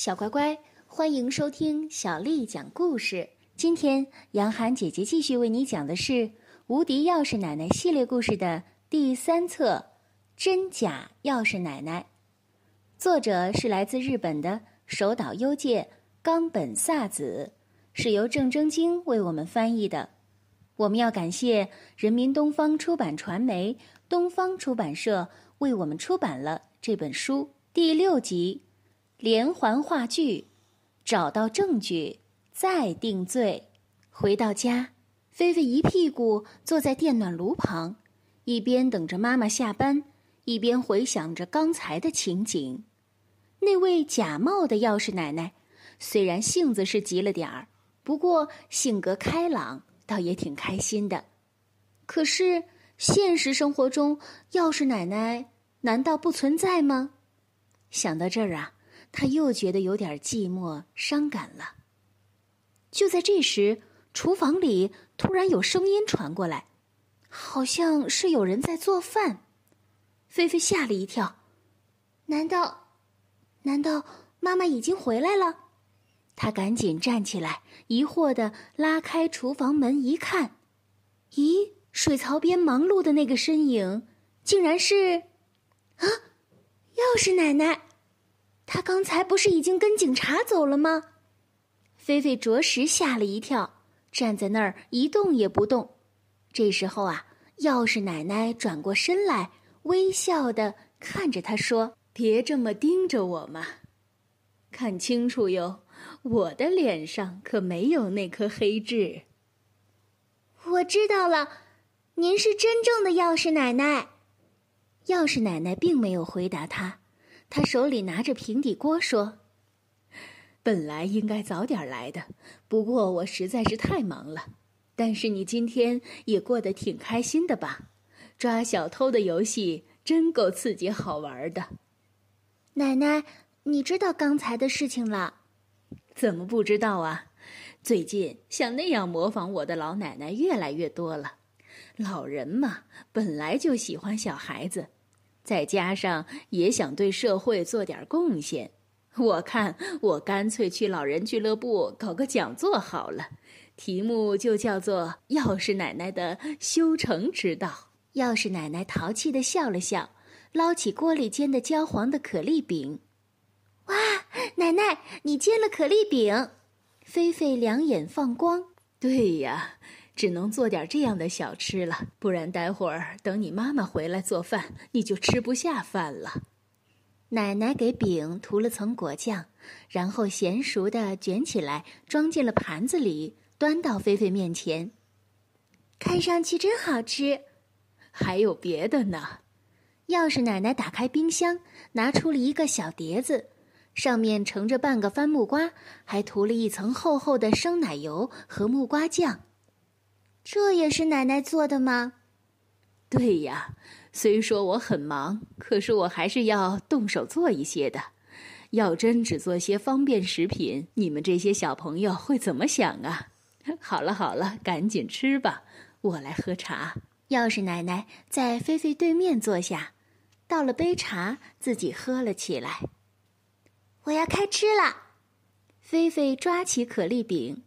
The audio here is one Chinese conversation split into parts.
小乖乖，欢迎收听小丽讲故事。今天杨涵姐姐继续为你讲的是《无敌钥匙奶奶》系列故事的第3册《真假钥匙奶奶》，作者是来自日本的手岛优介、冈本萨子，是由郑征京为我们翻译的。我们要感谢人民东方出版传媒、东方出版社为我们出版了这本书。第6集，连环话剧，找到证据，再定罪。回到家，菲菲一屁股坐在电暖炉旁，一边等着妈妈下班，一边回想着刚才的情景。那位假冒的钥匙奶奶，虽然性子是急了点儿，不过性格开朗，倒也挺开心的。可是现实生活中，钥匙奶奶难道不存在吗？想到这儿啊，他又觉得有点寂寞伤感了。就在这时，厨房里突然有声音传过来，好像是有人在做饭。菲菲吓了一跳，难道妈妈已经回来了？她赶紧站起来，疑惑地拉开厨房门一看，咦，水槽边忙碌的那个身影竟然是钥匙奶奶。她刚才不是已经跟警察走了吗？菲菲着实吓了一跳，站在那儿一动也不动。这时候啊，钥匙奶奶转过身来，微笑地看着她说：“别这么盯着我嘛，看清楚哟，我的脸上可没有那颗黑痣。”我知道了，您是真正的钥匙奶奶。钥匙奶奶并没有回答她，她手里拿着平底锅说：“本来应该早点来的，不过我实在是太忙了。但是你今天也过得挺开心的吧？抓小偷的游戏真够刺激好玩的。”奶奶，你知道刚才的事情了？怎么不知道啊？最近像那样模仿我的老奶奶越来越多了。老人嘛，本来就喜欢小孩子，再加上也想对社会做点贡献。我看我干脆去老人俱乐部搞个讲座好了，题目就叫做《钥匙奶奶的修成之道》。钥匙奶奶淘气地笑了笑，捞起锅里煎的焦黄的可丽饼。哇，奶奶，你煎了可丽饼！菲菲两眼放光。对呀，只能做点这样的小吃了，不然待会儿等你妈妈回来做饭，你就吃不下饭了。奶奶给饼涂了层果酱，然后娴熟地卷起来，装进了盘子里，端到菲菲面前。看上去真好吃。还有别的呢。钥匙奶奶打开冰箱，拿出了一个小碟子，上面盛着半个番木瓜，还涂了一层厚厚的生奶油和木瓜酱。这也是奶奶做的吗？对呀，虽说我很忙，可是我还是要动手做一些的。要真只做些方便食品，你们这些小朋友会怎么想啊？好了，赶紧吃吧，我来喝茶。钥匙奶奶在菲菲对面坐下，倒了杯茶，自己喝了起来。我要开吃了。菲菲抓起可丽饼，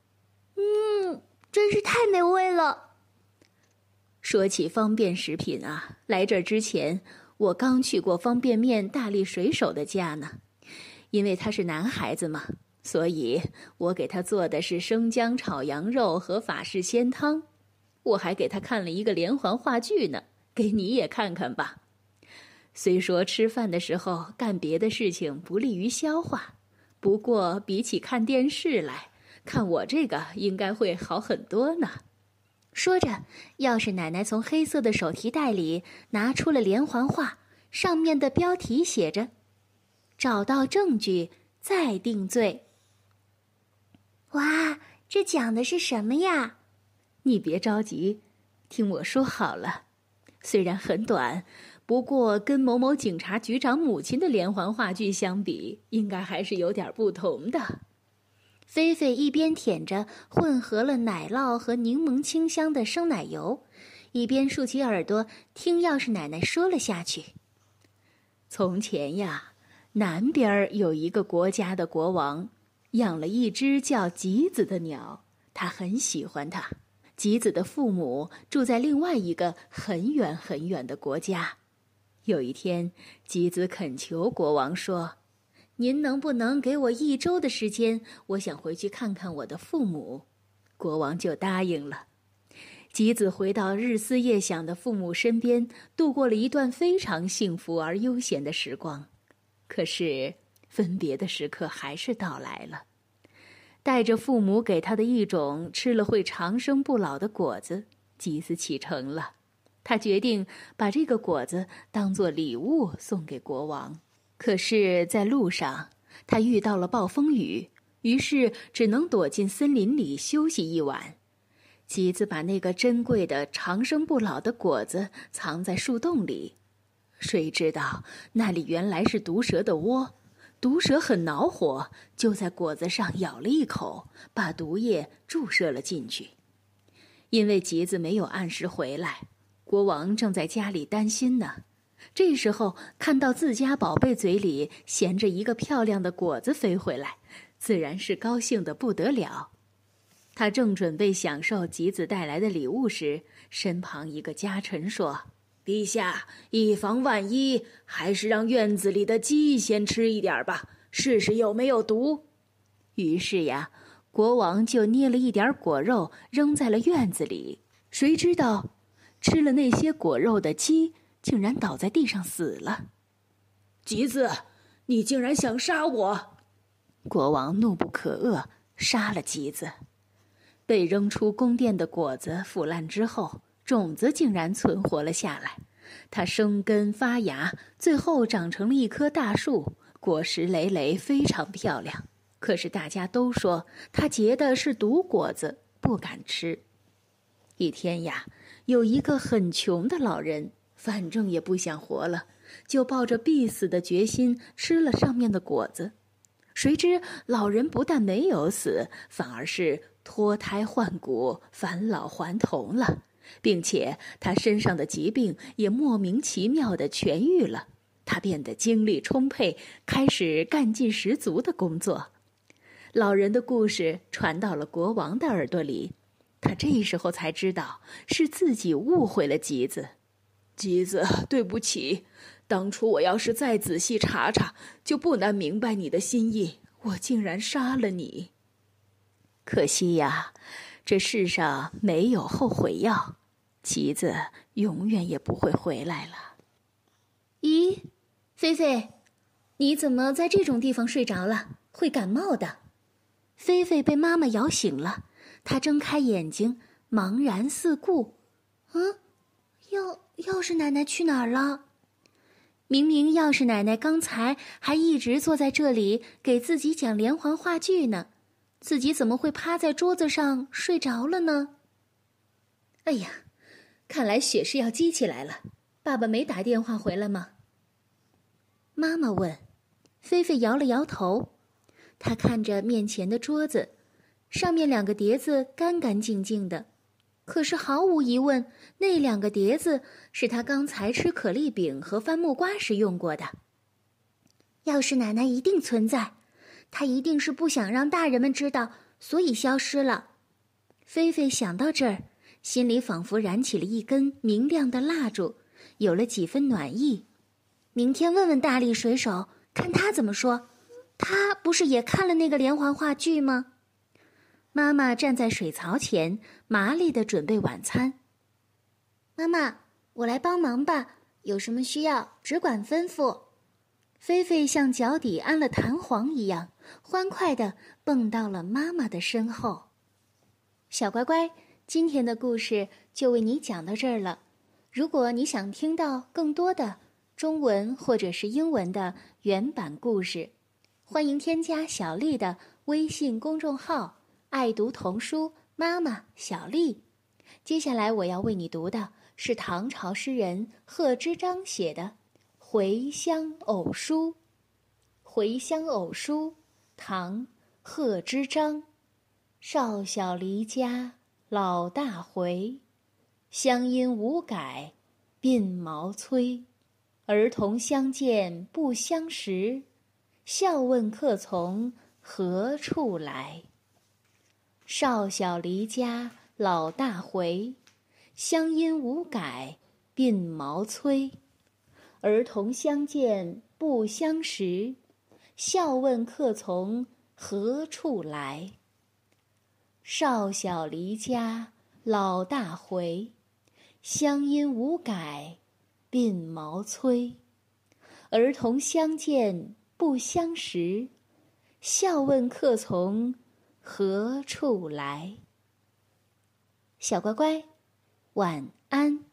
真是太美味了。说起方便食品啊，来这儿之前，我刚去过方便面大力水手的家呢。因为他是男孩子嘛，所以我给他做的是生姜炒羊肉和法式鲜汤。我还给他看了一个连环话剧呢，给你也看看吧。虽说吃饭的时候干别的事情不利于消化，不过比起看电视来，看我这个应该会好很多呢。说着，钥匙奶奶从黑色的手提袋里拿出了连环画，上面的标题写着：“找到证据，再定罪。”哇，这讲的是什么呀？你别着急，听我说好了。虽然很短，不过跟某某警察局长母亲的连环话剧相比，应该还是有点不同的。菲菲一边舔着混合了奶酪和柠檬清香的生奶油，一边竖起耳朵听钥匙奶奶说了下去。从前呀， 南边有一个国家的国王，养了一只叫吉子的鸟，他很喜欢它。吉子的父母住在另外一个很远很远的国家。有一天，吉子恳求国王说：“您能不能给我1周的时间？我想回去看看我的父母。”国王就答应了。吉子回到日思夜想的父母身边，度过了一段非常幸福而悠闲的时光。可是，分别的时刻还是到来了。带着父母给他的一种吃了会长生不老的果子，吉子启程了。他决定把这个果子当作礼物送给国王。可是，在路上，他遇到了暴风雨，于是只能躲进森林里休息一晚。吉子把那个珍贵的长生不老的果子藏在树洞里，谁知道那里原来是毒蛇的窝。毒蛇很恼火，就在果子上咬了一口，把毒液注射了进去。因为吉子没有按时回来，国王正在家里担心呢。这时候看到自家宝贝嘴里衔着一个漂亮的果子飞回来，自然是高兴得不得了。他正准备享受吉子带来的礼物时，身旁一个家臣说：“陛下，以防万一，还是让院子里的鸡先吃一点吧，试试有没有毒。”于是呀，国王就捏了一点果肉扔在了院子里。谁知道，吃了那些果肉的鸡竟然倒在地上死了。“吉子，你竟然想杀我！”国王怒不可遏，杀了吉子。被扔出宫殿的果子腐烂之后，种子竟然存活了下来，它生根发芽，最后长成了一棵大树，果实累累，非常漂亮。可是大家都说它结的是毒果子，不敢吃。一天呀，有一个很穷的老人，反正也不想活了，就抱着必死的决心吃了上面的果子。谁知老人不但没有死，反而是脱胎换骨，返老还童了，并且他身上的疾病也莫名其妙地痊愈了。他变得精力充沛，开始干劲十足的工作。老人的故事传到了国王的耳朵里，他这时候才知道是自己误会了吉子。“吉子，对不起，当初我要是再仔细查查，就不难明白你的心意，我竟然杀了你。可惜呀，这世上没有后悔药，吉子永远也不会回来了。”“咦，菲菲，你怎么在这种地方睡着了？会感冒的。”菲菲被妈妈摇醒了，她睁开眼睛，茫然四顾。“钥匙奶奶去哪儿了？”明明钥匙奶奶刚才还一直坐在这里给自己讲连环话剧呢，自己怎么会趴在桌子上睡着了呢？哎呀，看来雪是要积起来了。爸爸没打电话回来吗？妈妈问。菲菲摇了摇头。她看着面前的桌子，上面2个碟子干干净净的，可是毫无疑问，那2个碟子是她刚才吃可丽饼和番木瓜时用过的。钥匙奶奶一定存在，她一定是不想让大人们知道，所以消失了。菲菲想到这儿，心里仿佛燃起了一根明亮的蜡烛，有了几分暖意。明天问问大力水手，看他怎么说。他不是也看了那个连环话剧吗？妈妈站在水槽前，麻利地准备晚餐。妈妈，我来帮忙吧，有什么需要只管吩咐。菲菲像脚底安了弹簧一样，欢快地蹦到了妈妈的身后。小乖乖，今天的故事就为你讲到这儿了。如果你想听到更多的中文或者是英文的原版故事，欢迎添加小丽的微信公众号爱读童书妈妈小丽。接下来我要为你读的是唐朝诗人贺知章写的《回乡偶书》。《回乡偶书》唐·贺知章。少小离家老大回，乡音无改鬓毛衰。儿童相见不相识， 笑问客从何处来？少小离家老大回，乡音无改鬓毛衰。儿童相见不相识，笑问客从何处来？少小离家老大回，乡音无改鬓毛衰。儿童相见不相识，笑问客从何处来？小乖乖，晚安。